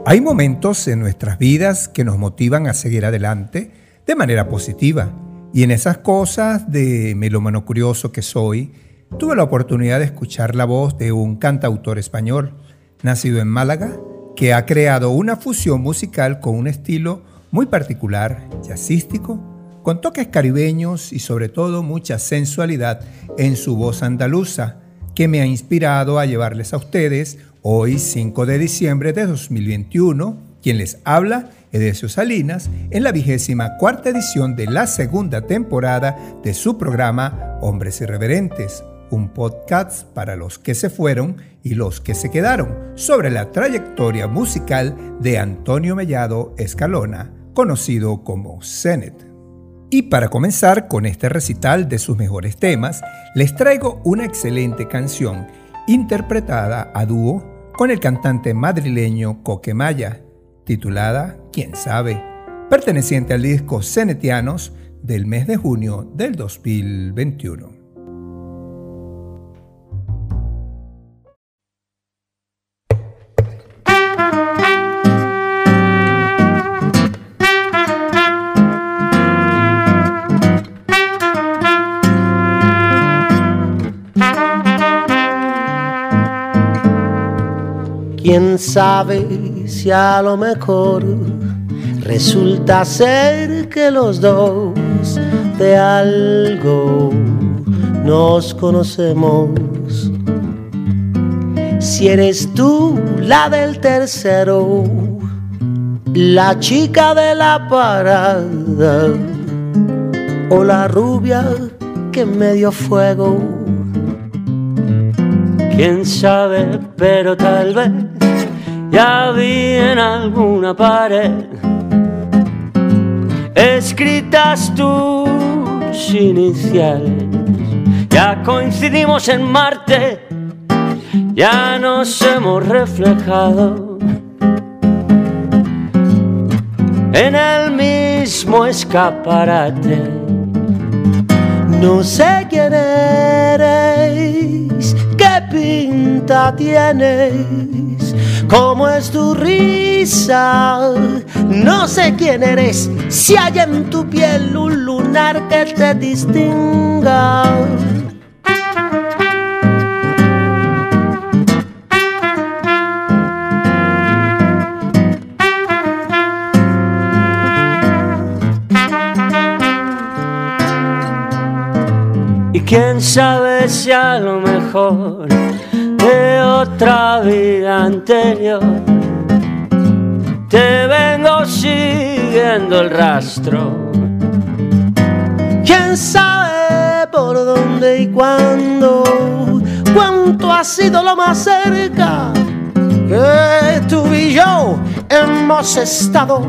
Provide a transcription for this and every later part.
Hay momentos en nuestras vidas que nos motivan a seguir adelante de manera positiva. Y en esas cosas de melómano curioso que soy, tuve la oportunidad de escuchar la voz de un cantautor español, nacido en Málaga, que ha creado una fusión musical con un estilo muy particular, jazzístico, con toques caribeños y sobre todo mucha sensualidad en su voz andaluza, que me ha inspirado a llevarles a ustedes hoy 5 de diciembre de 2021, quien les habla, Edesio Salinas, en la 24ª edición de la segunda temporada de su programa Hombres Irreverentes, un podcast para los que se fueron y los que se quedaron, sobre la trayectoria musical de Antonio Mellado Escalona, conocido como Zenet. Y para comenzar con este recital de sus mejores temas, les traigo una excelente canción interpretada a dúo con el cantante madrileño Coque Maya, titulada ¿Quién sabe?, perteneciente al disco Zenetianos del mes de junio del 2021. Quién sabe si a lo mejor resulta ser que los dos de algo nos conocemos. Si eres tú la del tercero, la chica de la parada, o la rubia que me dio fuego. Quién sabe, pero tal vez ya vi en alguna pared escritas tus iniciales. Ya coincidimos en Marte, ya nos hemos reflejado en el mismo escaparate. No sé quién eres, qué pinta tienes, cómo es tu risa. No sé quién eres, si hay en tu piel un lunar que te distinga. Y quién sabe si a lo mejor de otra vida anterior te vengo siguiendo el rastro. Quién sabe por dónde y cuándo, cuánto ha sido lo más cerca que tú y yo hemos estado.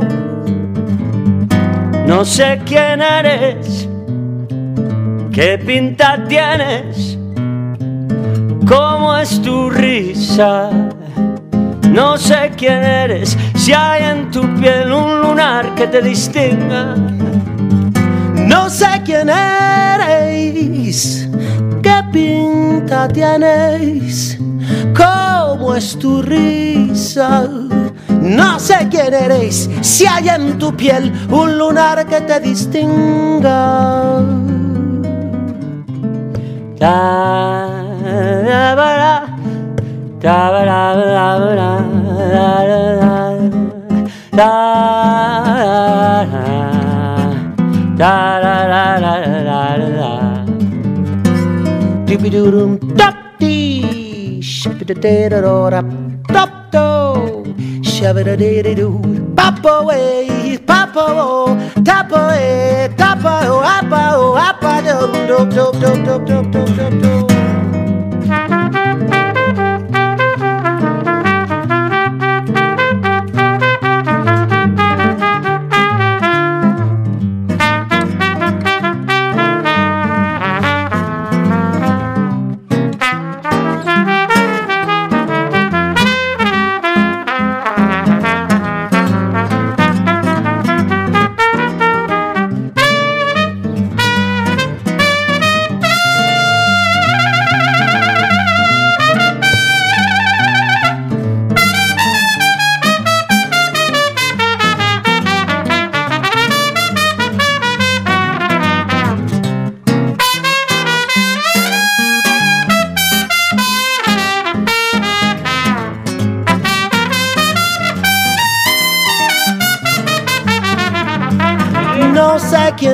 No sé quién eres, qué pinta tienes, cómo es tu risa. No sé quién eres, si hay en tu piel un lunar que te distinga. No sé quién eres, qué pinta tienes, cómo es tu risa. No sé quién eres, si hay en tu piel un lunar que te distinga.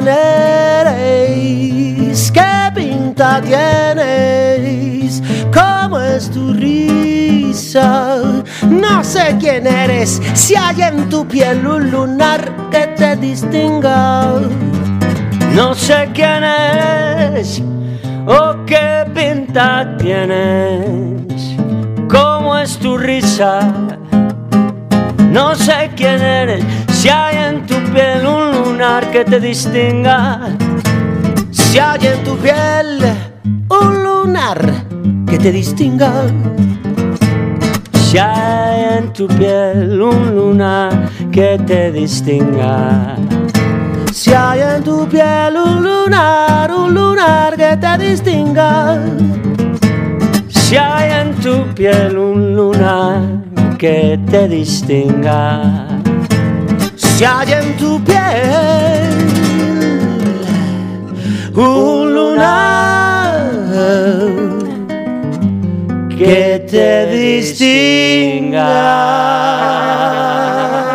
quién eres, qué pinta tienes, cómo es tu risa. No sé quién eres, si hay en tu piel un lunar que te distinga. No sé quién eres o qué pinta tienes, cómo es tu risa. No sé quién eres, si hay en tu piel un lunar que te distinga. Si hay en tu piel un lunar que te distinga. Si hay en tu piel un lunar que te distinga. Si hay en tu piel un lunar que te distinga. Si hay en tu piel un lunar que te distinga. Si hay en tu piel un lunar que te distinga.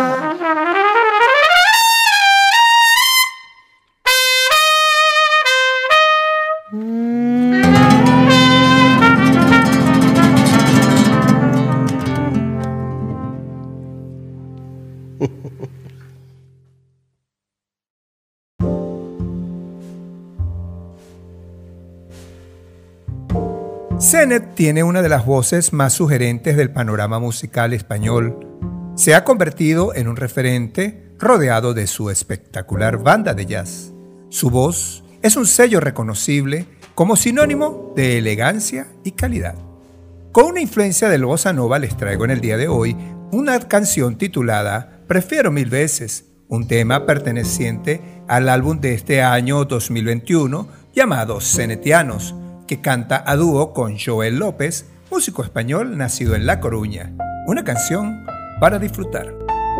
Zenet tiene una de las voces más sugerentes del panorama musical español. Se ha convertido en un referente rodeado de su espectacular banda de jazz. Su voz es un sello reconocible como sinónimo de elegancia y calidad. Con una influencia del bossa nova les traigo en el día de hoy una canción titulada Prefiero mil veces, un tema perteneciente al álbum de este año 2021 llamado Zenetianos, que canta a dúo con Joel López, músico español nacido en La Coruña. Una canción para disfrutar.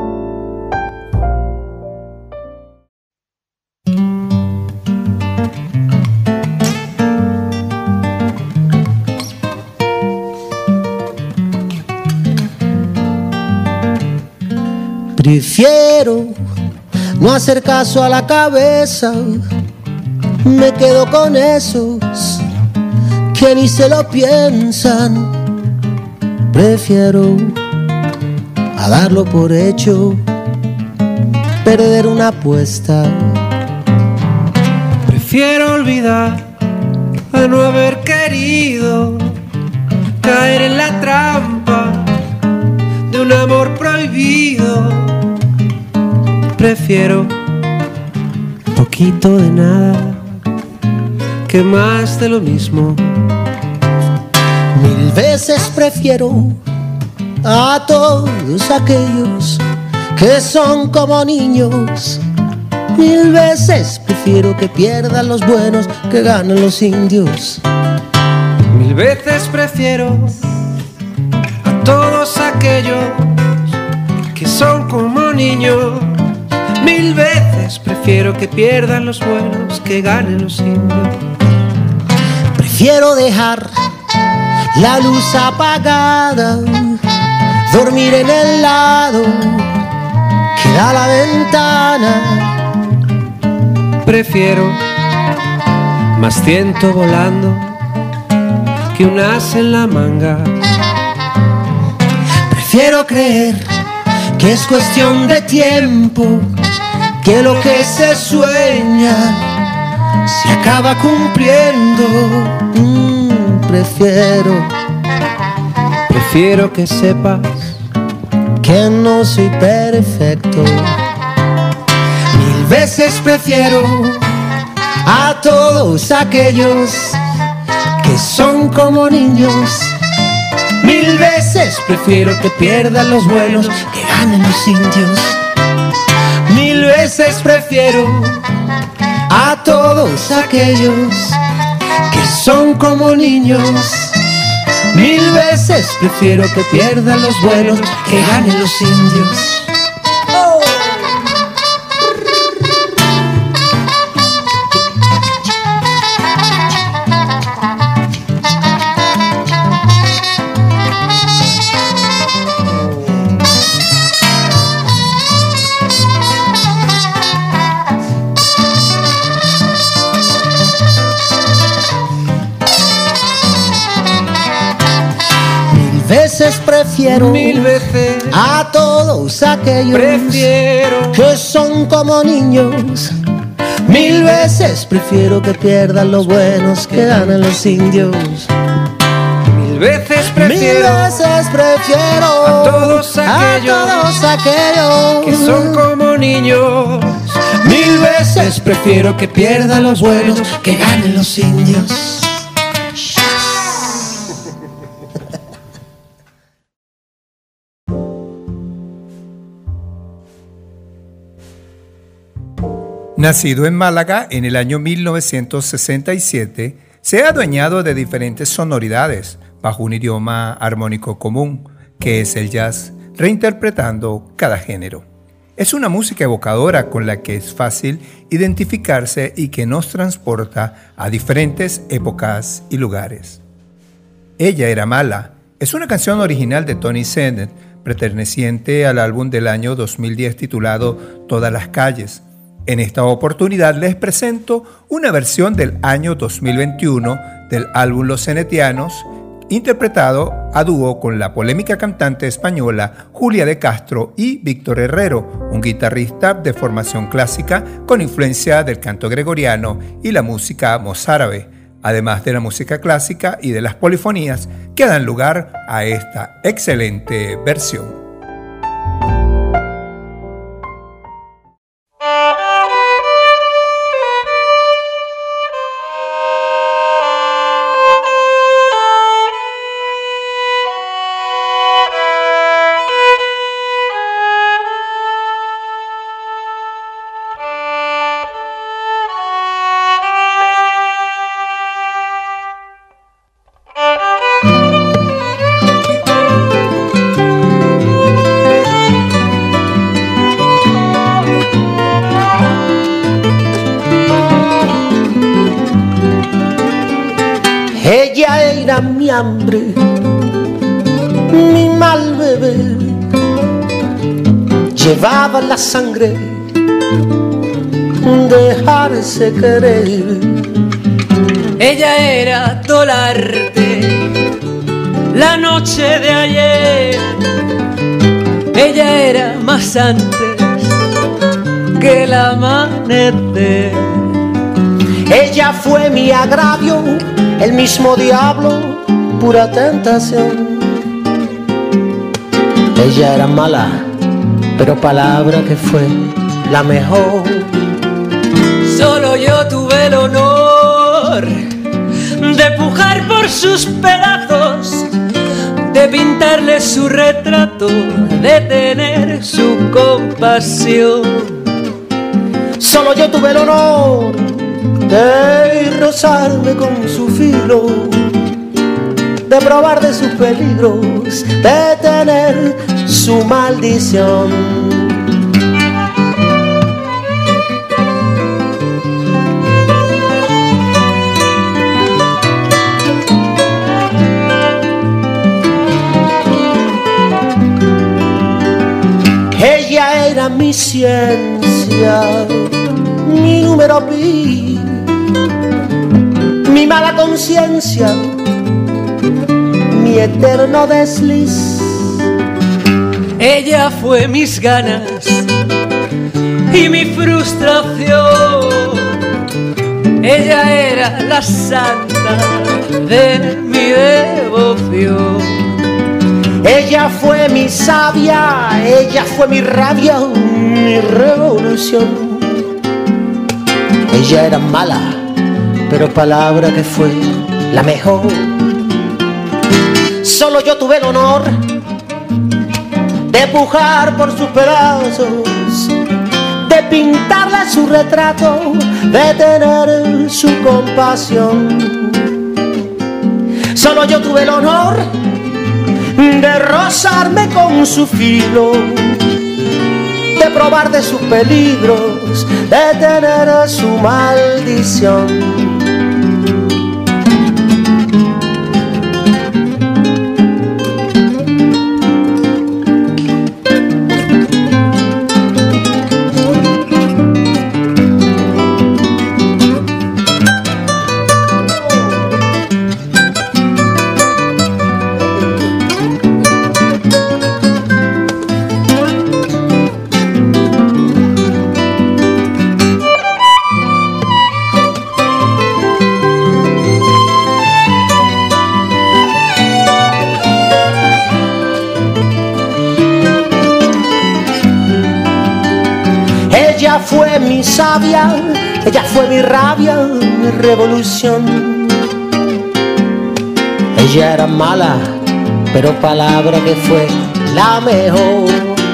Prefiero no hacer caso a la cabeza, me quedo con esos que ni se lo piensan. Prefiero a darlo por hecho, perder una apuesta. Prefiero olvidar a no haber querido caer en la trampa de un amor prohibido. Prefiero poquito de nada que más de lo mismo. Mil veces prefiero a todos aquellos que son como niños. Mil veces prefiero que pierdan los buenos que ganen los indios. Mil veces prefiero a todos aquellos que son como niños. Mil veces prefiero que pierdan los buenos que ganen los indios. Prefiero dejar la luz apagada, dormir en el lado que da la ventana. Prefiero más ciento volando que un as en la manga. Prefiero creer que es cuestión de tiempo, que lo que se sueña se acaba cumpliendo. Prefiero que sepas que no soy perfecto. Mil veces prefiero a todos aquellos que son como niños. Mil veces prefiero que pierdan los buenos que ganen los indios. Mil veces prefiero a todos aquellos que son como niños. Mil veces prefiero que pierdan los buenos que ganen los indios. veces prefiero, mil veces a todos aquellos prefiero que son como niños. Mil veces prefiero que pierdan los buenos que ganen los indios. mil veces Mil prefiero veces prefiero a todos aquellos que son como niños. Mil veces prefiero que pierdan los buenos que ganen los indios. Nacido en Málaga en el año 1967, se ha adueñado de diferentes sonoridades bajo un idioma armónico común, que es el jazz, reinterpretando cada género. Es una música evocadora con la que es fácil identificarse y que nos transporta a diferentes épocas y lugares. Ella era mala es una canción original de Tony Bennett, perteneciente al álbum del año 2010 titulado Todas las calles. En esta oportunidad les presento una versión del año 2021 del álbum Los Cenetianos, interpretado a dúo con la polémica cantante española Julia de Castro y Víctor Herrero, un guitarrista de formación clásica con influencia del canto gregoriano y la música mozárabe, además de la música clásica y de las polifonías que dan lugar a esta excelente versión. Ella era mi hambre, mi mal beber, llevaba la sangre, dejarse querer. Ella era todo el arte, la noche de ayer. Ella era más antes que el amanecer. Ella fue mi agravio, el mismo diablo, pura tentación. Ella era mala, pero palabra que fue la mejor. Solo yo tuve el honor de pujar por sus pedazos, de pintarle su retrato, de tener su compasión. Solo yo tuve el honor de rozarme con su filo, de probar de sus peligros, de tener su maldición. Ella era mi ciencia, mi número pi, mi mala conciencia, mi eterno desliz. Ella fue mis ganas y mi frustración. Ella era la santa de mi devoción. Ella fue mi savia, ella fue mi rabia, mi revolución. Ella era mala, pero palabra que fue la mejor. Solo yo tuve el honor de pujar por sus pedazos, de pintarle su retrato, de tener su compasión. Solo yo tuve el honor de rozarme con su filo, de probar de sus peligros, de tener su maldición. Ella fue mi sabia, ella fue mi rabia, mi revolución. Ella era mala, pero palabra que fue la mejor.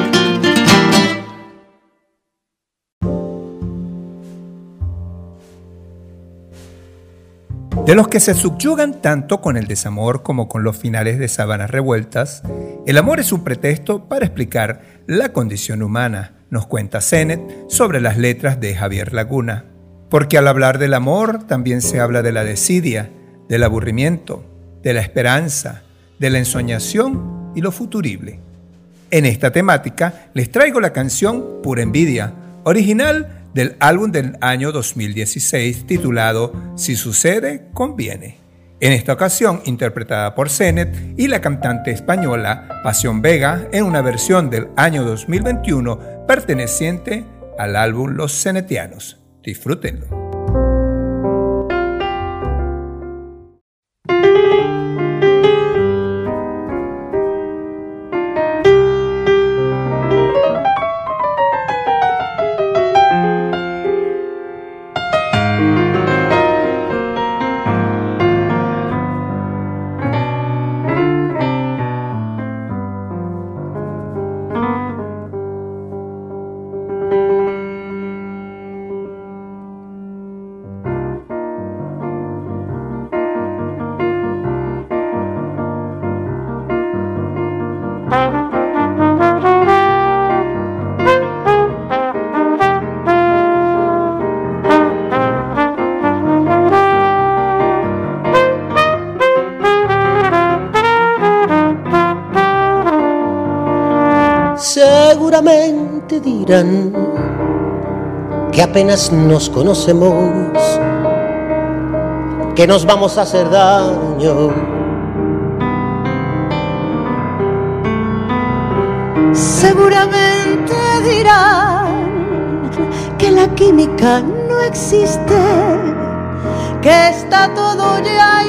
De los que se subyugan tanto con el desamor como con los finales de Sábanas Revueltas, el amor es un pretexto para explicar la condición humana, nos cuenta Sennett sobre las letras de Javier Laguna. Porque al hablar del amor también se habla de la desidia, del aburrimiento, de la esperanza, de la ensoñación y lo futurible. En esta temática les traigo la canción Pura Envidia, original del álbum del año 2016 titulado Si sucede, conviene. En esta ocasión interpretada por Sennett y la cantante española Pasión Vega en una versión del año 2021 perteneciente al álbum Los Sennettianos. Disfrútenlo. Seguramente dirán que apenas nos conocemos, que nos vamos a hacer daño. Seguramente dirán que la química no existe, que está todo ya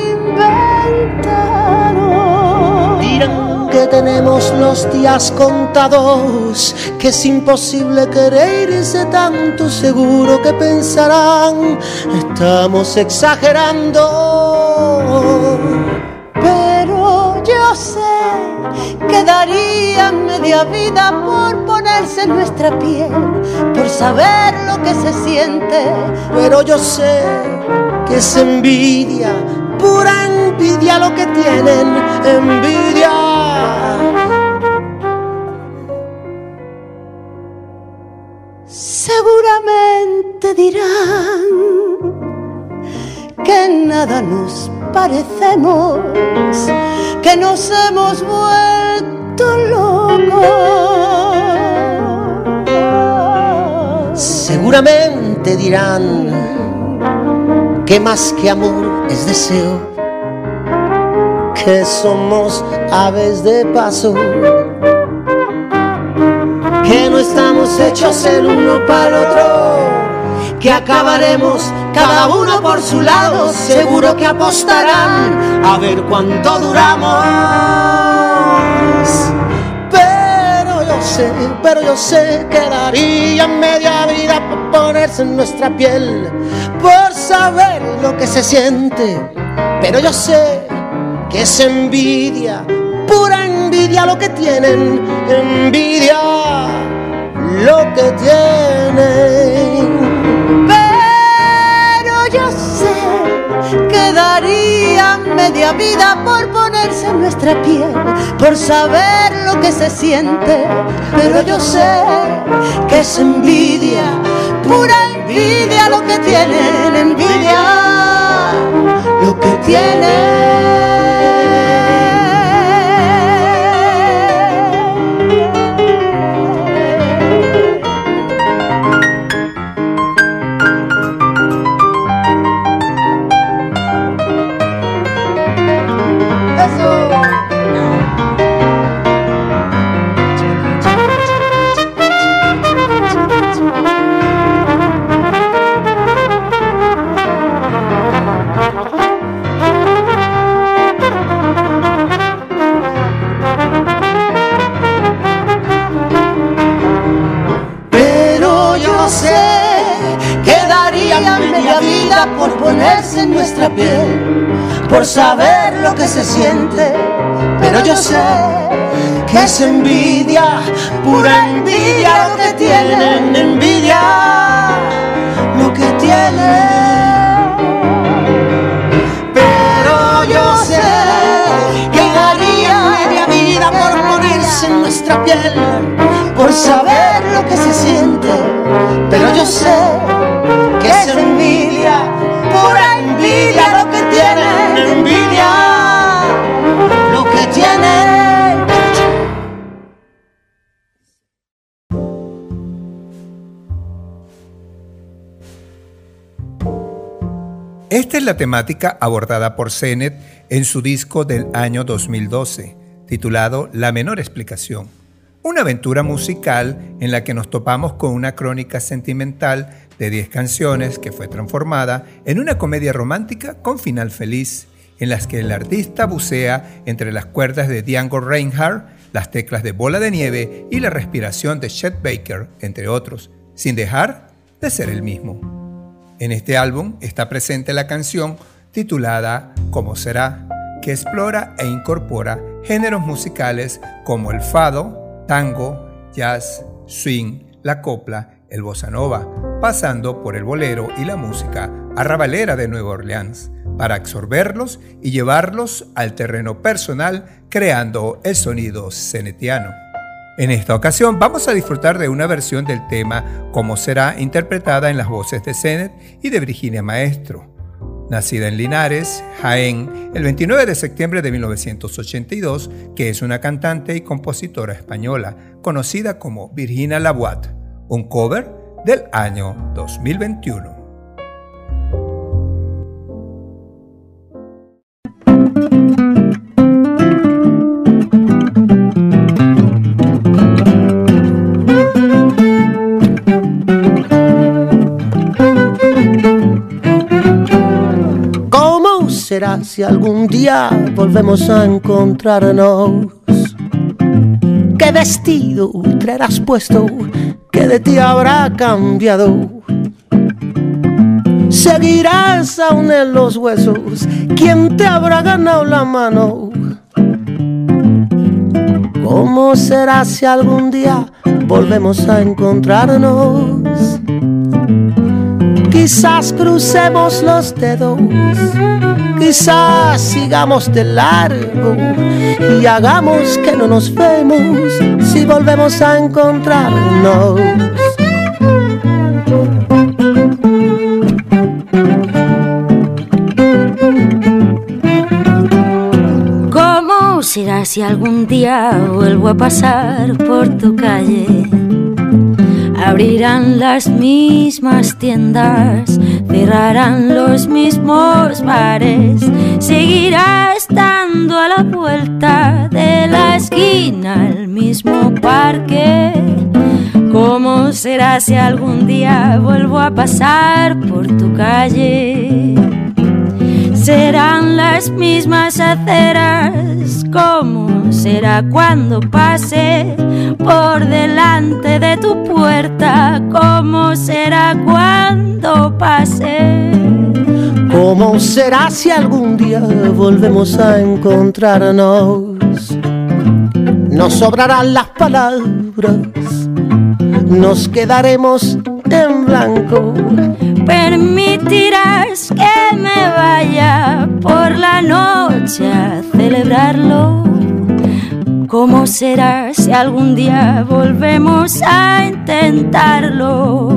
inventado. Dirán que tenemos los días contados, que es imposible quererse tanto. Seguro que pensarán, estamos exagerando. Pero yo sé que daría media vida por ponerse en nuestra piel, por saber lo que se siente. Pero yo sé que es envidia, pura envidia lo que tienen, envidia. Seguramente dirán que en nada nos parecemos, que nos hemos vuelto locos. Seguramente dirán que más que amor es deseo, que somos aves de paso, que no estamos hechos el uno para el otro, que acabaremos cada uno por su lado. Seguro que apostarán a ver cuánto duramos. Pero yo sé que darían media vida por ponerse en nuestra piel, por saber lo que se siente. Pero yo sé que es envidia, pura envidia lo que tienen, envidia lo que tienen. Pero yo sé que darían media vida por ponerse en nuestra piel, por saber lo que se siente. Pero yo sé que es envidia, pura envidia lo que tienen, envidia lo que tienen. ponerse en nuestra piel, por saber lo que se siente. Pero yo sé que es envidia, pura envidia lo que tienen, envidia lo que tienen. Pero yo sé que daría media vida por ponerse en nuestra piel, por saber lo que se siente. Pero yo sé que es envidia, pura envidia lo que tienen, envidia lo que tienen. Esta es la temática abordada por Zenet en su disco del año 2012, titulado La Menor Explicación. Una aventura musical en la que nos topamos con una crónica sentimental de 10 canciones que fue transformada en una comedia romántica con final feliz, en las que el artista bucea entre las cuerdas de Django Reinhardt, las teclas de Bola de Nieve y la respiración de Chet Baker, entre otros, sin dejar de ser el mismo. En este álbum está presente la canción titulada ¿Cómo será?, que explora e incorpora géneros musicales como el fado, tango, jazz, swing, la copla, el bossa nova, pasando por el bolero y la música arrabalera de Nueva Orleans, para absorberlos y llevarlos al terreno personal, creando el sonido zenetiano. En esta ocasión vamos a disfrutar de una versión del tema Cómo será, interpretada en las voces de Zenet y de Virginia Maestro. Nacida en Linares, Jaén, el 29 de septiembre de 1982, que es una cantante y compositora española, conocida como Virginia Laboat, un cover del año 2021. Será si algún día volvemos a encontrarnos. ¿Qué vestido traerás puesto? ¿Qué de ti habrá cambiado? ¿Seguirás aún en los huesos? ¿Quién te habrá ganado la mano? ¿Cómo será si algún día volvemos a encontrarnos? Quizás crucemos los dedos, quizás sigamos de largo y hagamos que no nos vemos si volvemos a encontrarnos. ¿Cómo será si algún día vuelvo a pasar por tu calle? Abrirán las mismas tiendas, cerrarán los mismos bares, seguirá estando a la vuelta de la esquina el mismo parque. ¿Cómo será si algún día vuelvo a pasar por tu calle? Serán las mismas aceras. ¿Cómo será cuando pase por delante de tu puerta? ¿Cómo será cuando pase? ¿Cómo será si algún día volvemos a encontrarnos? Nos sobrarán las palabras, nos quedaremos en blanco. ¿Permitirás que me vaya por la noche a celebrarlo? ¿Cómo será si algún día volvemos a intentarlo?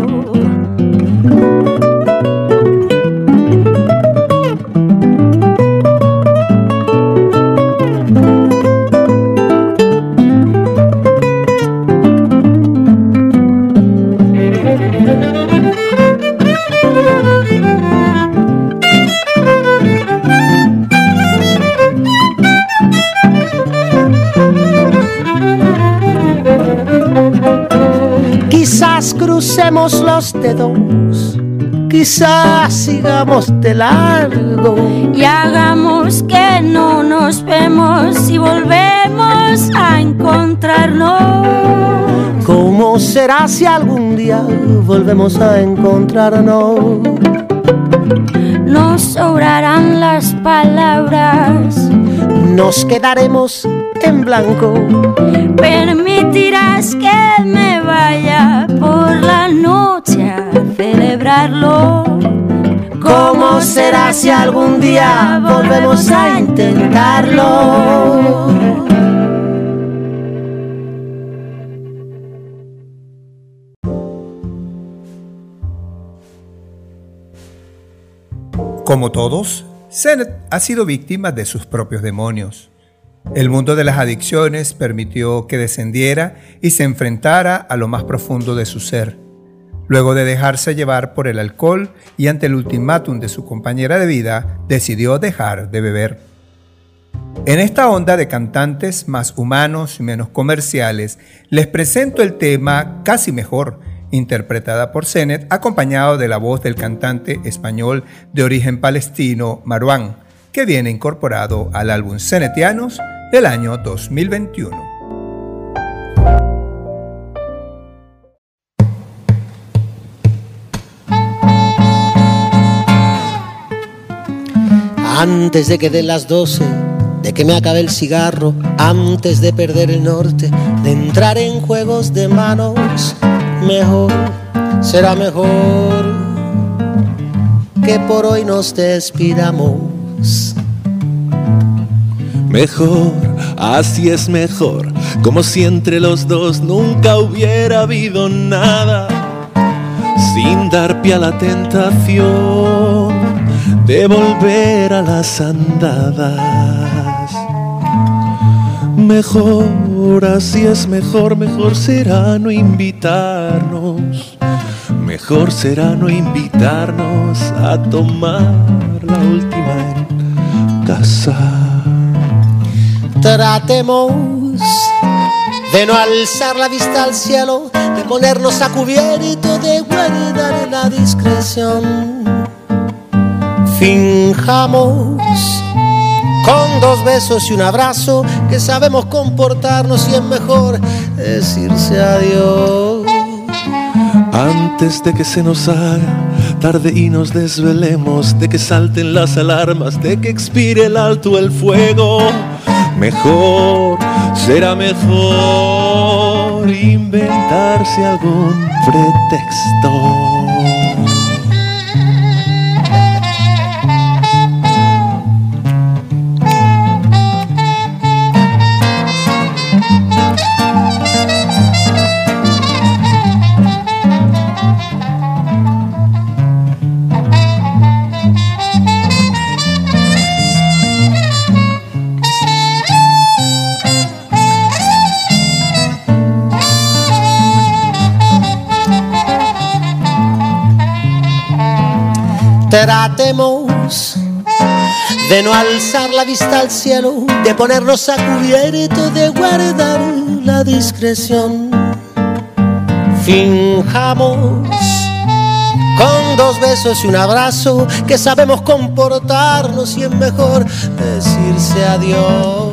Quizás crucemos los dedos, quizás sigamos de largo y hagamos que no nos vemos y volvemos a encontrarnos. ¿Cómo será si algún día volvemos a encontrarnos? nos sobrarán las palabras. Nos quedaremos en blanco. Permitirás que me vaya por la noche a celebrarlo. ¿Cómo será si algún día volvemos a intentarlo? Como todos, Sennett ha sido víctima de sus propios demonios. El mundo de las adicciones permitió que descendiera y se enfrentara a lo más profundo de su ser. Luego de dejarse llevar por el alcohol y ante el ultimátum de su compañera de vida, decidió dejar de beber. En esta onda de cantantes más humanos y menos comerciales, les presento el tema Casi Mejor, interpretada por Sennett, acompañado de la voz del cantante español de origen palestino Marwan, que viene incorporado al álbum Sennettianos del año 2021. Antes de que den las 12, de que me acabe el cigarro, antes de perder el norte, de entrar en juegos de manos, mejor, será mejor que por hoy nos despidamos. Mejor, así es mejor, como si entre los dos nunca hubiera habido nada, sin dar pie a la tentación de volver a las andadas. Mejor, así es mejor, mejor será no invitarnos, mejor será no invitarnos a tomar la última en casa. Tratemos de no alzar la vista al cielo, de ponernos a cubierto, de guardar la discreción. Finjamos con 2 besos y un abrazo que sabemos comportarnos y es mejor decirse adiós. Antes de que se nos haga tarde y nos desvelemos, de que salten las alarmas, de que expire el alto el fuego, mejor, será mejor inventarse algún pretexto. Tratemos de no alzar la vista al cielo, de ponernos a cubierto, de guardar la discreción. Finjamos con 2 besos y un abrazo que sabemos comportarnos y es mejor decirse adiós.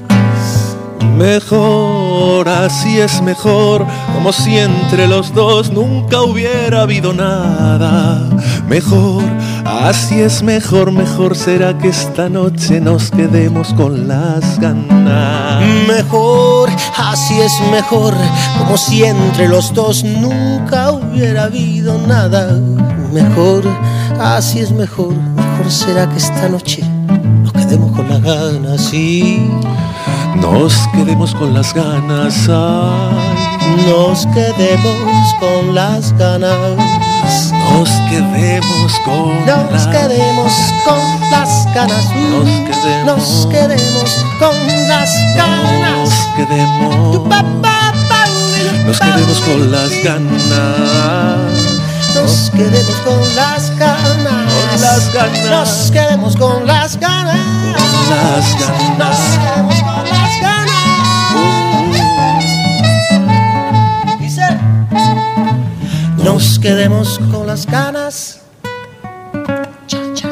Mejor, así es mejor, como si entre los dos nunca hubiera habido nada. Mejor, así es mejor, mejor será que esta noche nos quedemos con las ganas. Mejor, así es mejor, como si entre los dos nunca hubiera habido nada. Mejor, así es mejor, mejor será que esta noche nos quedemos con las ganas, sí. Nos quedemos con las ganas, ay. Nos quedemos con las ganas. Nos quedemos con Nos las quedemos con las ganas. Nos quedemos con las ganas. Nos quedemos con las ganas. Nos quedemos con las ganas. Con las ganas. Nos quedemos con las ganas. Con las ganas. Nos quedemos con las ganas. Dice, nos quedemos con las ganas. Cha, cha.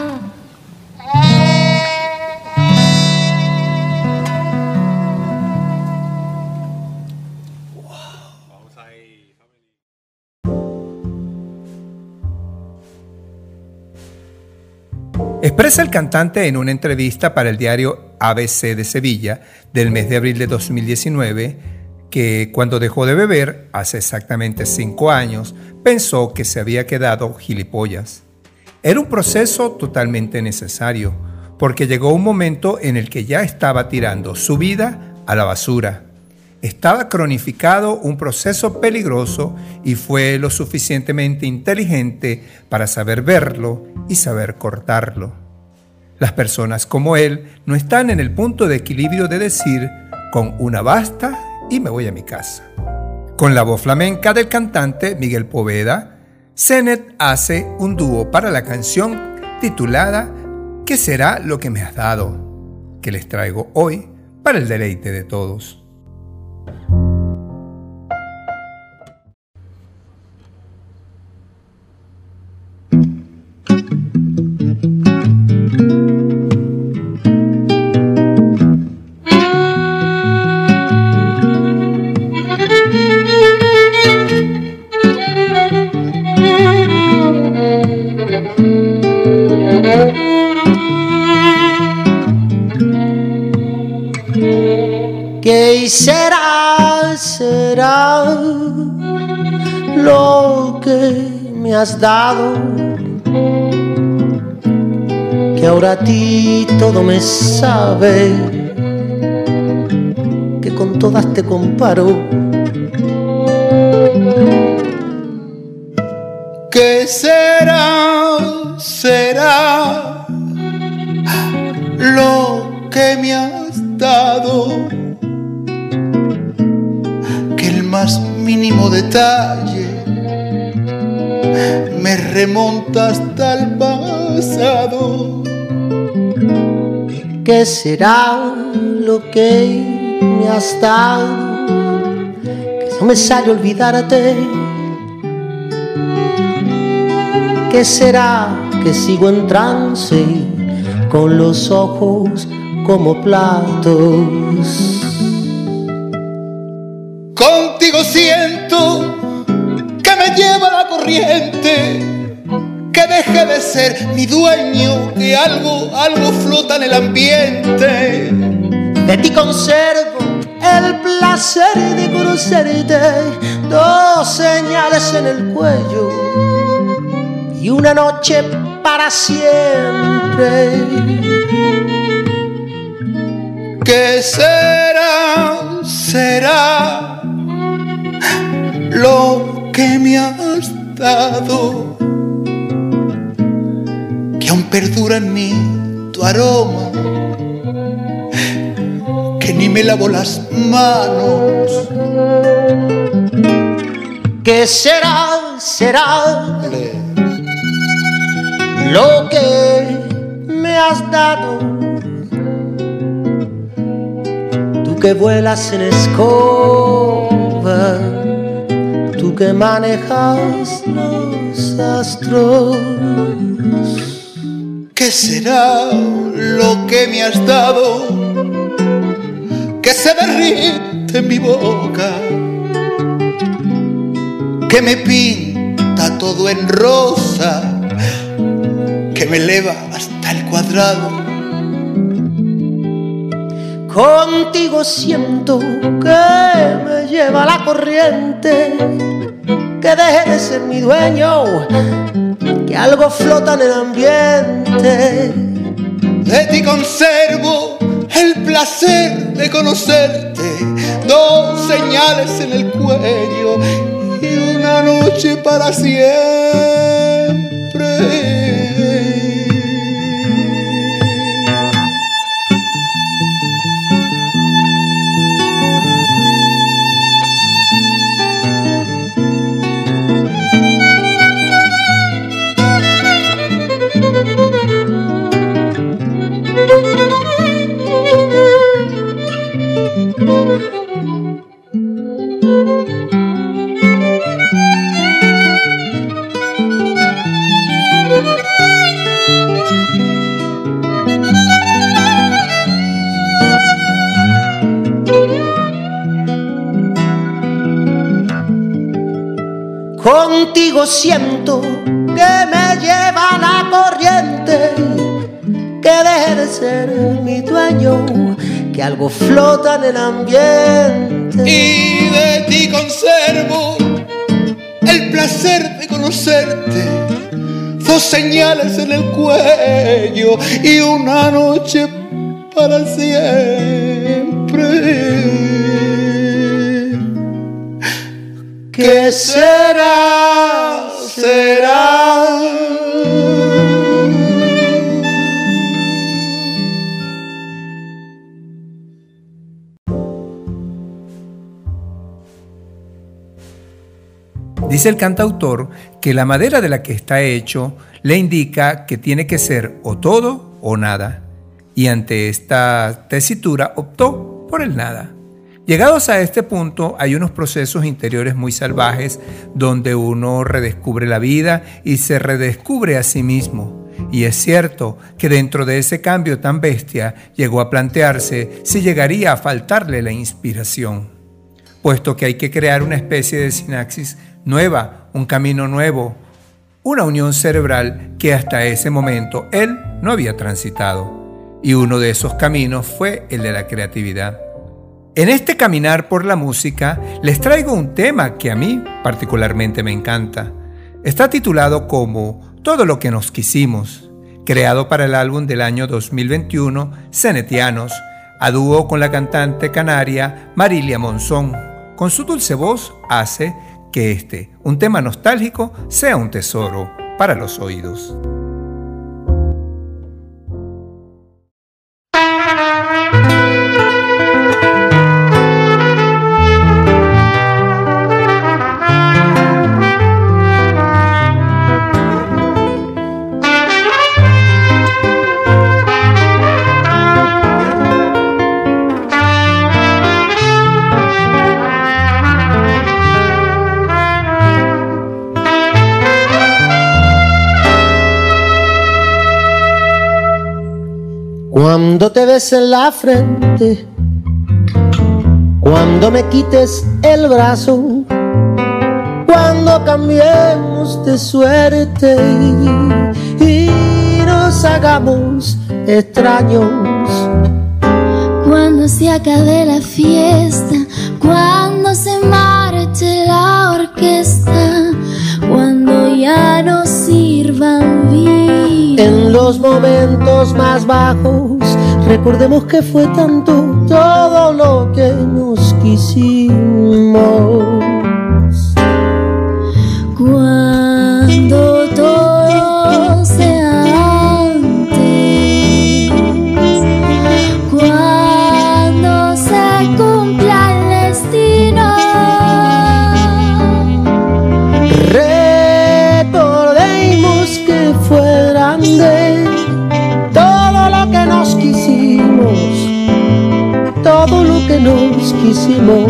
Expresa el cantante en una entrevista para el diario ABC de Sevilla del mes de abril de 2019 que cuando dejó de beber, hace exactamente 5 años, pensó que se había quedado gilipollas. Era un proceso totalmente necesario, porque llegó un momento en el que ya estaba tirando su vida a la basura. Estaba cronificado un proceso peligroso y fue lo suficientemente inteligente para saber verlo y saber cortarlo. Las personas como él no están en el punto de equilibrio de decir con una basta y me voy a mi casa. Con la voz flamenca del cantante Miguel Poveda, Zenet hace un dúo para la canción titulada ¿Qué será lo que me has dado?, que les traigo hoy para el deleite de todos. ¿Qué será lo que me has dado? Que ahora a ti todo me sabe, que con todas te comparo. ¿Qué será lo que me has dado? Que el más mínimo detalle me remonta hasta el pasado. ¿Qué será lo que me has dado? Que no me sale olvidarte. ¿Qué será que sigo en trance con los ojos como platos? Contigo siento que me lleva la corriente, que deje de ser mi dueño, que algo flota en el ambiente. De ti conservo el placer de conocerte, 2 señales en el cuello y una noche para siempre. ¿Qué será lo que me has dado? Que aún perdura en mí tu aroma, que ni me lavo las manos. ¿Qué será lo que me has dado? Tú que vuelas en escoba, tú que manejas los astros. ¿Qué será lo que me has dado? Que se derrite en mi boca, que me pinta todo en rosa, que me eleva hasta el cuadrado. Contigo siento que me lleva la corriente, que deje de ser mi dueño, que algo flota en el ambiente. De ti conservo el placer de conocerte, 2 señales en el cuello y una noche para siempre. Contigo siento que me lleva la corriente, que deje de ser mi dueño, que algo flota en el ambiente. Y de ti conservo el placer de conocerte, 2 señales en el cuello y una noche para siempre. ¿Qué será? Será. Dice el cantautor que la madera de la que está hecho le indica que tiene que ser o todo o nada, y ante esta tesitura optó por el nada. Llegados a este punto, hay unos procesos interiores muy salvajes donde uno redescubre la vida y se redescubre a sí mismo. Y es cierto que dentro de ese cambio tan bestia llegó a plantearse si llegaría a faltarle la inspiración, puesto que hay que crear una especie de sinapsis nueva, un camino nuevo, una unión cerebral que hasta ese momento él no había transitado. Y uno de esos caminos fue el de la creatividad. En este caminar por la música les traigo un tema que a mí particularmente me encanta. Está titulado como Todo lo que nos quisimos, creado para el álbum del año 2021, Cenetianos, a dúo con la cantante canaria Marilia Monzón. Con su dulce voz hace que un tema nostálgico, sea un tesoro para los oídos. Cuando te bese en la frente, cuando me quites el brazo, cuando cambiemos de suerte y nos hagamos extraños. Cuando se acabe la fiesta, cuando se marche la orquesta, cuando ya no sirvan vino. En los momentos más bajos, recordemos que fue tanto todo lo que nos quisimos. Cuando todo sea antes, cuando se cumpla el destino, recordemos que fue grande todo lo que nos quisimos, todo lo que nos quisimos.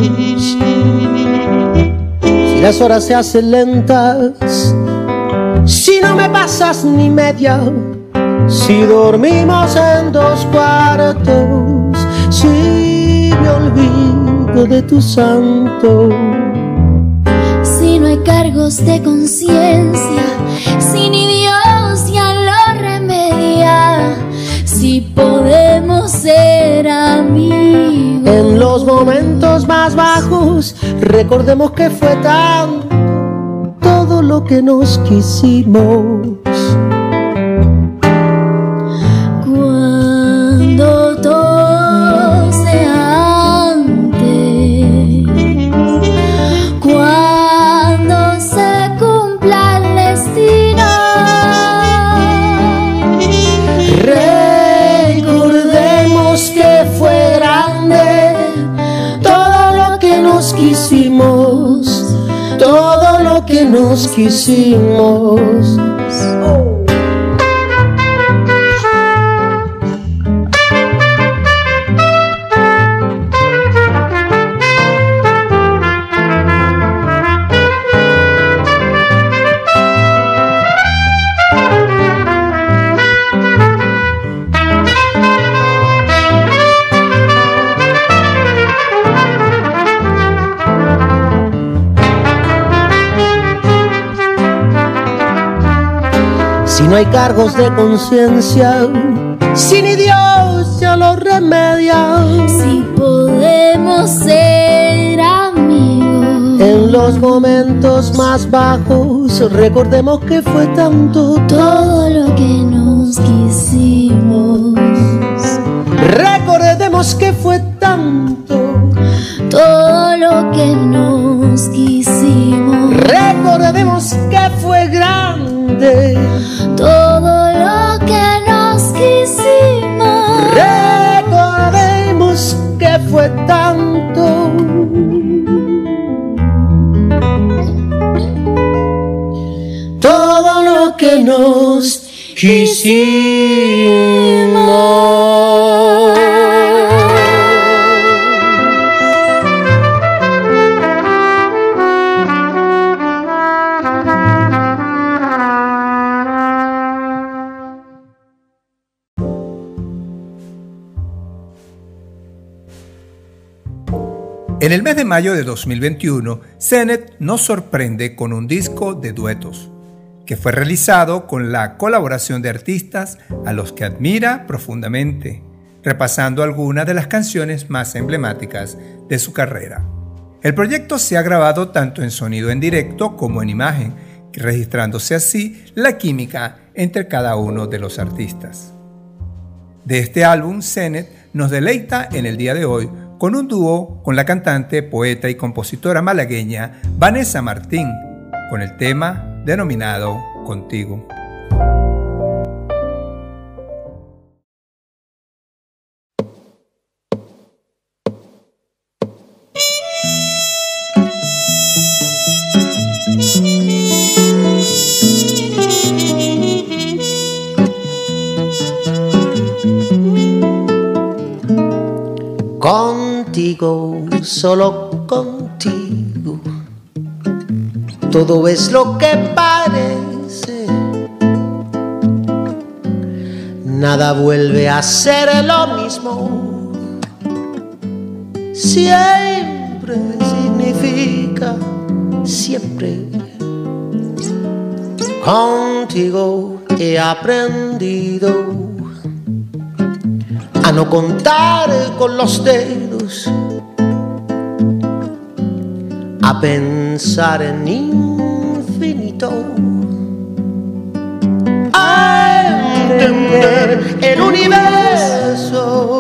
Si las horas se hacen lentas, si no me pasas ni media, si dormimos en 2 cuartos, si me olvido de tu santo, si no hay cargos de conciencia, si ni Dios ya lo remedia, si podemos ser amigos. En los momentos más bajos, recordemos que fue tanto todo lo que nos quisimos. Cuando todo sea antes, cuando se cumpla el destino, recordemos que fue grande todo lo que nos quisimos, todo lo que nos quisimos. Si no hay cargos de conciencia, si ni Dios ya lo remedia. Si podemos ser amigos En los momentos más bajos, recordemos que fue tanto todo lo que nos quisimos. Recordemos que fue tanto Todo lo que nos quisimos. Recordemos que fue grande Todo lo que nos quisimos. Recordemos que fue tanto todo lo que nos quisimos. En el mes de mayo de 2021, Zenet nos sorprende con un disco de duetos, que fue realizado con la colaboración de artistas a los que admira profundamente, repasando algunas de las canciones más emblemáticas de su carrera. El proyecto se ha grabado tanto en sonido en directo como en imagen, registrándose así la química entre cada uno de los artistas. De este álbum, Zenet nos deleita en el día de hoy con un dúo con la cantante, poeta y compositora malagueña Vanessa Martín, con el tema denominado Contigo. Contigo, solo contigo, todo es lo que parece. Nada vuelve a ser lo mismo. Siempre significa siempre. Contigo he aprendido a no contar con los dedos, a pensar en infinito, a entender el universo.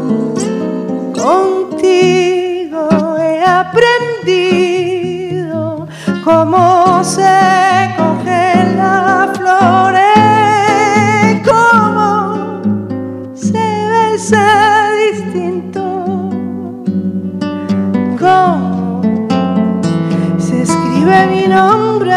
Contigo he aprendido cómo se cogen las flores, cómo se besa distinto, cómo se escribe mi nombre.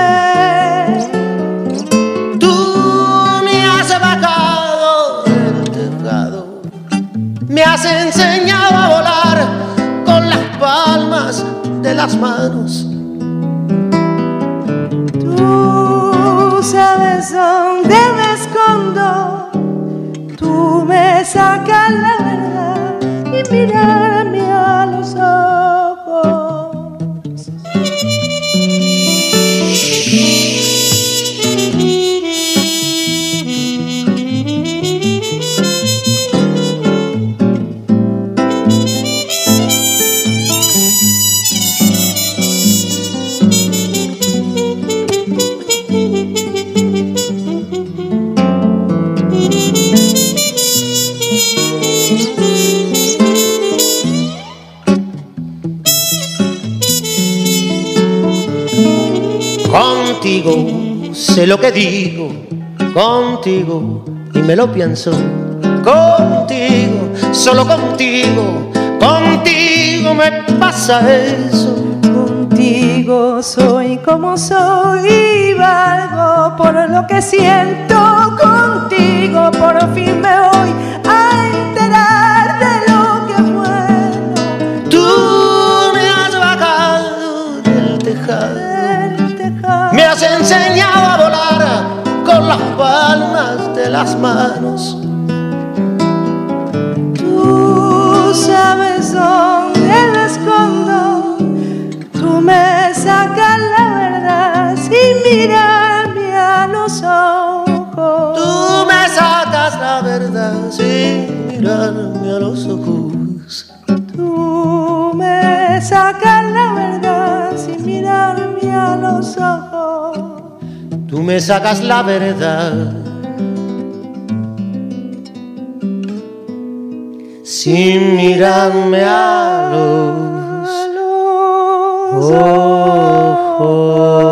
Tú me has bajado del tejado, me has enseñado a volar con las palmas de las manos. Tú sabes dónde me escondo, tú me sacas la verdad y mirarme a los ojos. Contigo sé lo que digo, contigo y me lo pienso. Contigo, solo contigo, contigo me pasa eso. Contigo soy como soy y valgo por lo que siento. Contigo por fin me voy a enterar de lo que fue. Tú me has bajado del tejado, me has enseñado a volar con las palmas de las manos. Tú sabes dónde me escondo, tú me sacas la verdad sin mirarme a los ojos. Tú me sacas la verdad sin sacas la verdad sin mirarme a los ojos. Tú me sacas la verdad sin mirarme a los ojos.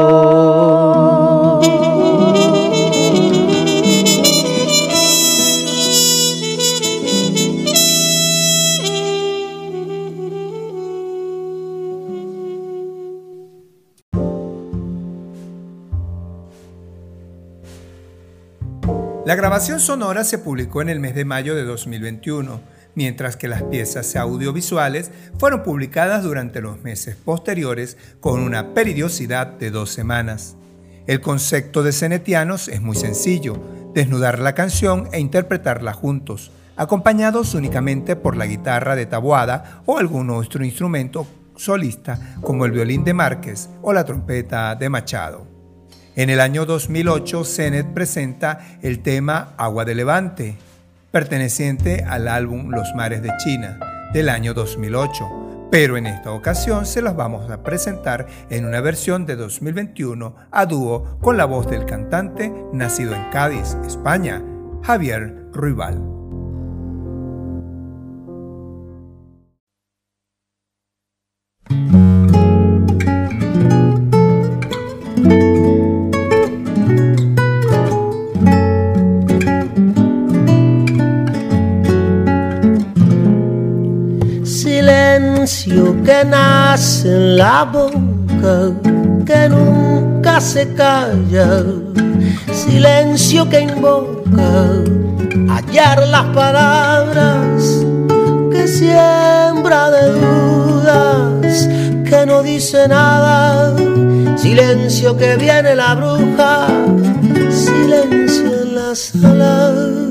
La grabación sonora se publicó en el mes de mayo de 2021, mientras que las piezas audiovisuales fueron publicadas durante los meses posteriores con una periodicidad de 2 semanas. El concepto de Cenetianos es muy sencillo: desnudar la canción e interpretarla juntos, acompañados únicamente por la guitarra de Taboada o algún otro instrumento solista como el violín de Márquez o la trompeta de Machado. En el año 2008, Cenet presenta el tema Agua de Levante, perteneciente al álbum Los Mares de China, del año 2008, pero en esta ocasión se los vamos a presentar en una versión de 2021 a dúo con la voz del cantante nacido en Cádiz, España, Javier Ruibal. Silencio que nace en la boca, que nunca se calla. Silencio que invoca hallar las palabras, que siembra de dudas, que no dice nada. Silencio que viene la bruja, silencio en la sala.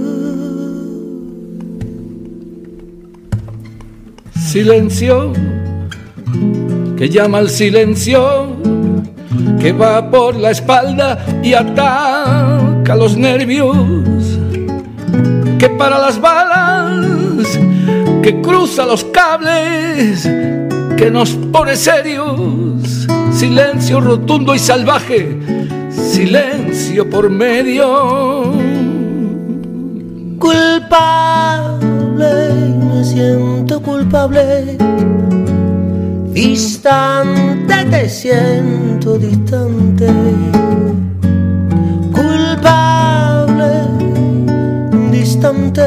Silencio que llama al silencio, que va por la espalda y ataca los nervios, que para las balas, que cruza los cables, que nos pone serios. Silencio rotundo y salvaje, silencio por medio. Culpable, me siento culpable. Distante, te siento distante. Culpable, distante.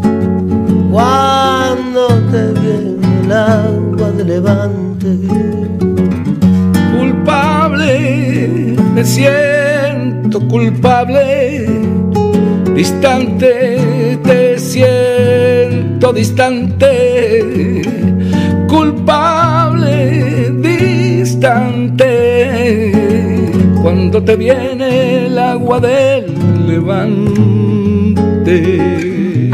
Cuando te viene el agua de levante. Culpable, me siento culpable. Distante, te siento distante. Culpable, distante. Cuando te viene el agua del levante.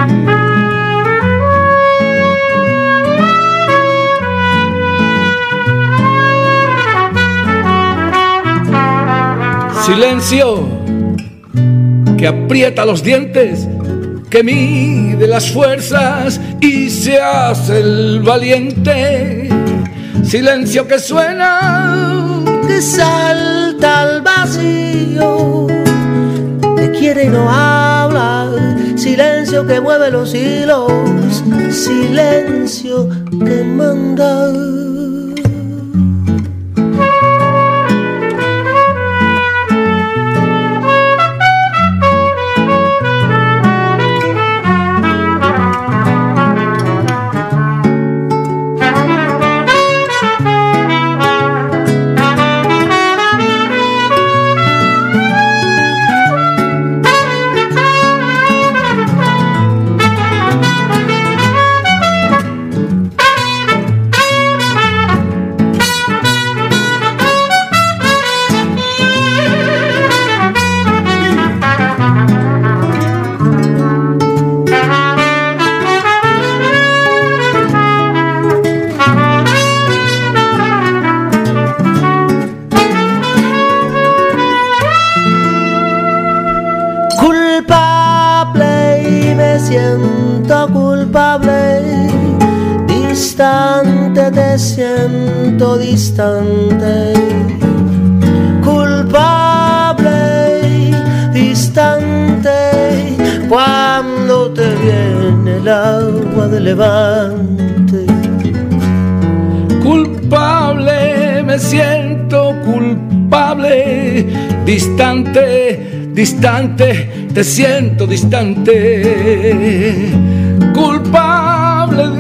Silencio que aprieta los dientes, que mide las fuerzas y se hace el valiente. Silencio que suena, que salta al vacío, que quiere y no habla. Silencio que mueve los hilos, silencio que manda. Siento culpable, distante, te siento distante, culpable, distante, cuando te viene el agua de levante. Culpable, me siento culpable, distante, distante, te siento distante. Culpable,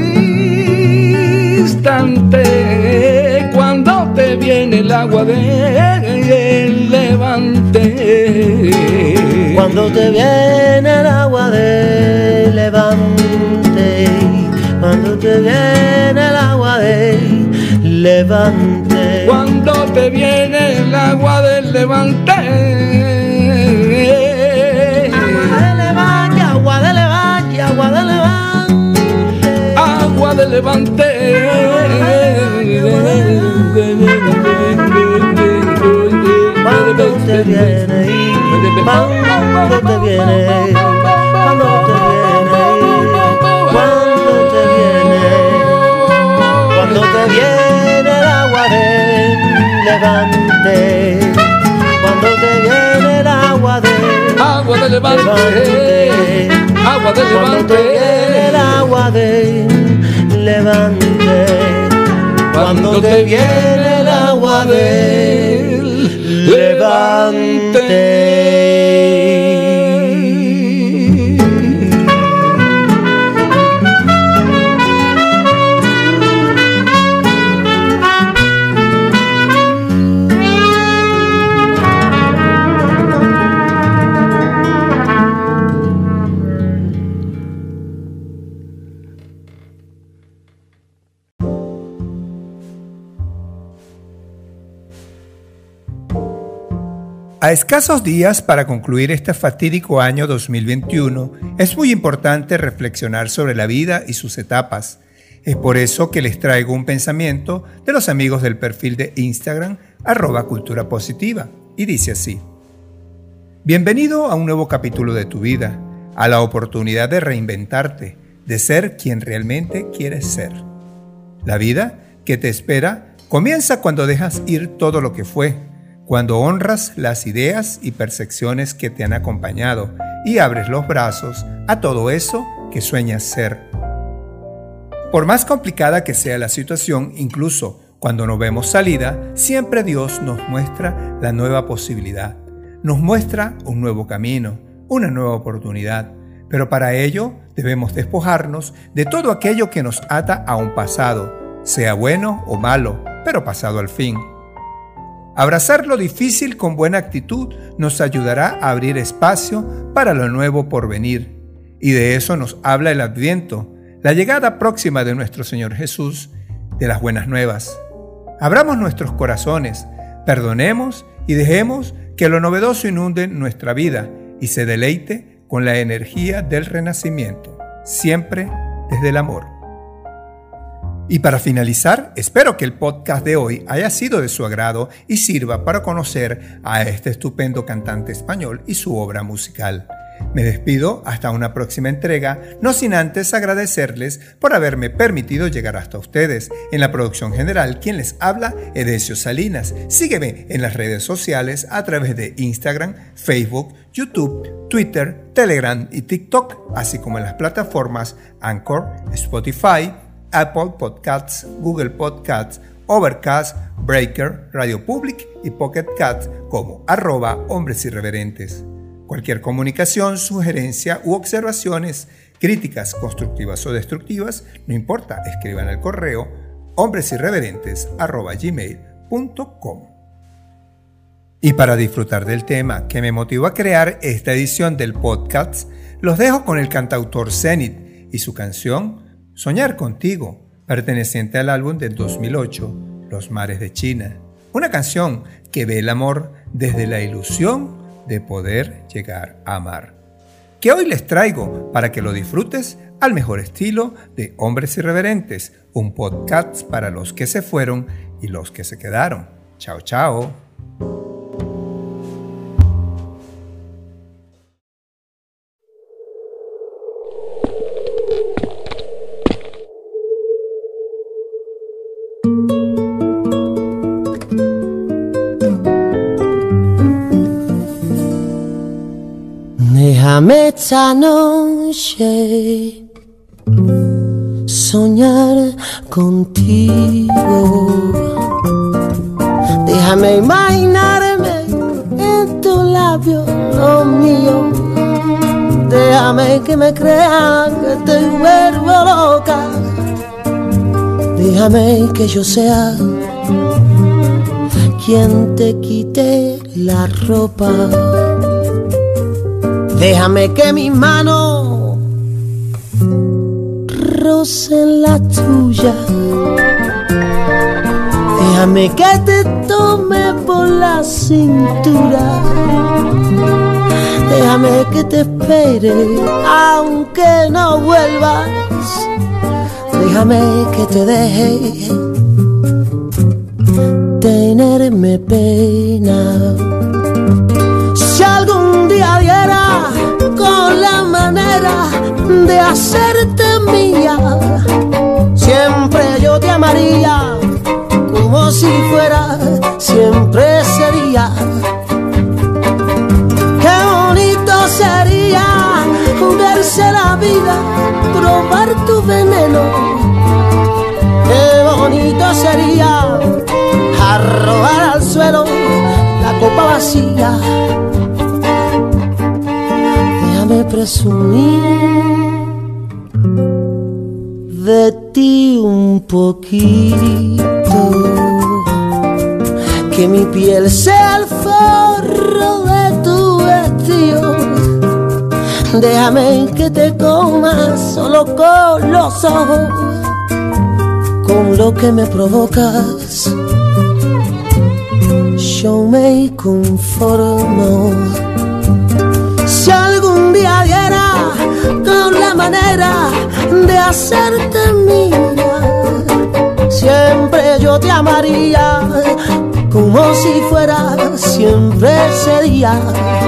distante, cuando te viene el agua del levante. Cuando te viene el agua del levante, cuando te viene el agua del levante, cuando te viene el agua del levante. Agua de levante, agua de levante, agua de levante, cuando te viene y cuando te viene, cuando te viene y cuando te viene el agua del levante, cuando te viene el agua del levante, agua de cuando levante, te viene el agua del levante, cuando te viene el agua del levante. A escasos días para concluir este fatídico año 2021, es muy importante reflexionar sobre la vida y sus etapas. Es por eso que les traigo un pensamiento de los amigos del perfil de Instagram @culturapositiva, y dice así: bienvenido a un nuevo capítulo de tu vida, a la oportunidad de reinventarte, de ser quien realmente quieres ser. La vida que te espera comienza cuando dejas ir todo lo que fue, cuando honras las ideas y percepciones que te han acompañado y abres los brazos a todo eso que sueñas ser. Por más complicada que sea la situación, incluso cuando no vemos salida, siempre Dios nos muestra la nueva posibilidad, nos muestra un nuevo camino, una nueva oportunidad. Pero para ello debemos despojarnos de todo aquello que nos ata a un pasado, sea bueno o malo, pero pasado al fin. Abrazar lo difícil con buena actitud nos ayudará a abrir espacio para lo nuevo por venir. Y de eso nos habla el Adviento, la llegada próxima de nuestro Señor Jesús, de las buenas nuevas. Abramos nuestros corazones, perdonemos y dejemos que lo novedoso inunde nuestra vida y se deleite con la energía del renacimiento, siempre desde el amor. Y para finalizar, espero que el podcast de hoy haya sido de su agrado y sirva para conocer a este estupendo cantante español y su obra musical. Me despido hasta una próxima entrega, no sin antes agradecerles por haberme permitido llegar hasta ustedes. En la producción general, quien les habla, Edesio Salinas. Sígueme en las redes sociales a través de Instagram, Facebook, YouTube, Twitter, Telegram y TikTok, así como en las plataformas Anchor, Spotify, Apple Podcasts, Google Podcasts, Overcast, Breaker, Radio Public y Pocket Cast como @Hombres Irreverentes. Cualquier comunicación, sugerencia u observaciones, críticas constructivas o destructivas, no importa, escriban al correo hombresirreverentes@gmail.com. Y para disfrutar del tema que me motivó a crear esta edición del podcast, los dejo con el cantautor Zenith y su canción Soñar Contigo, perteneciente al álbum del 2008, Los Mares de China. Una canción que ve el amor desde la ilusión de poder llegar a amar. Que hoy les traigo para que lo disfrutes al mejor estilo de Hombres Irreverentes, un podcast para los que se fueron y los que se quedaron. Chao, chao. Déjame esta noche soñar contigo. Déjame imaginarme en tu labio lo mío. Déjame que me crean que te vuelvo loca. Déjame que yo sea quien te quite la ropa. Déjame que mis manos rocen la tuya. Déjame que te tome por la cintura. Déjame que te espere aunque no vuelvas. Déjame que te deje tenerme pena. Si algún día diera con la manera de hacerte mía, siempre yo te amaría como si fuera, siempre sería. Qué bonito sería verse la vida, probar tu veneno. Qué bonito sería arrojar al suelo la copa vacía. Déjame presumir de ti un poquito, que mi piel sea el forro de tu vestido. Déjame que te coma solo con los ojos, con lo que me provocas. Yo me conformo. Si algún día diera con la manera de hacerte mía, siempre yo te amaría como si fuera, siempre sería.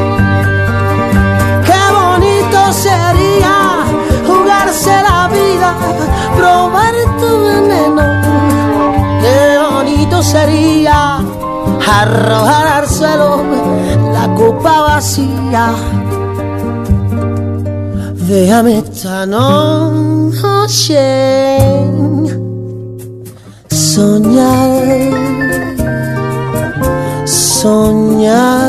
Qué bonito sería jugarse la vida, probar tu veneno. Qué bonito sería arrojar al suelo la copa vacía. Déjame esta noche soñar, soñar.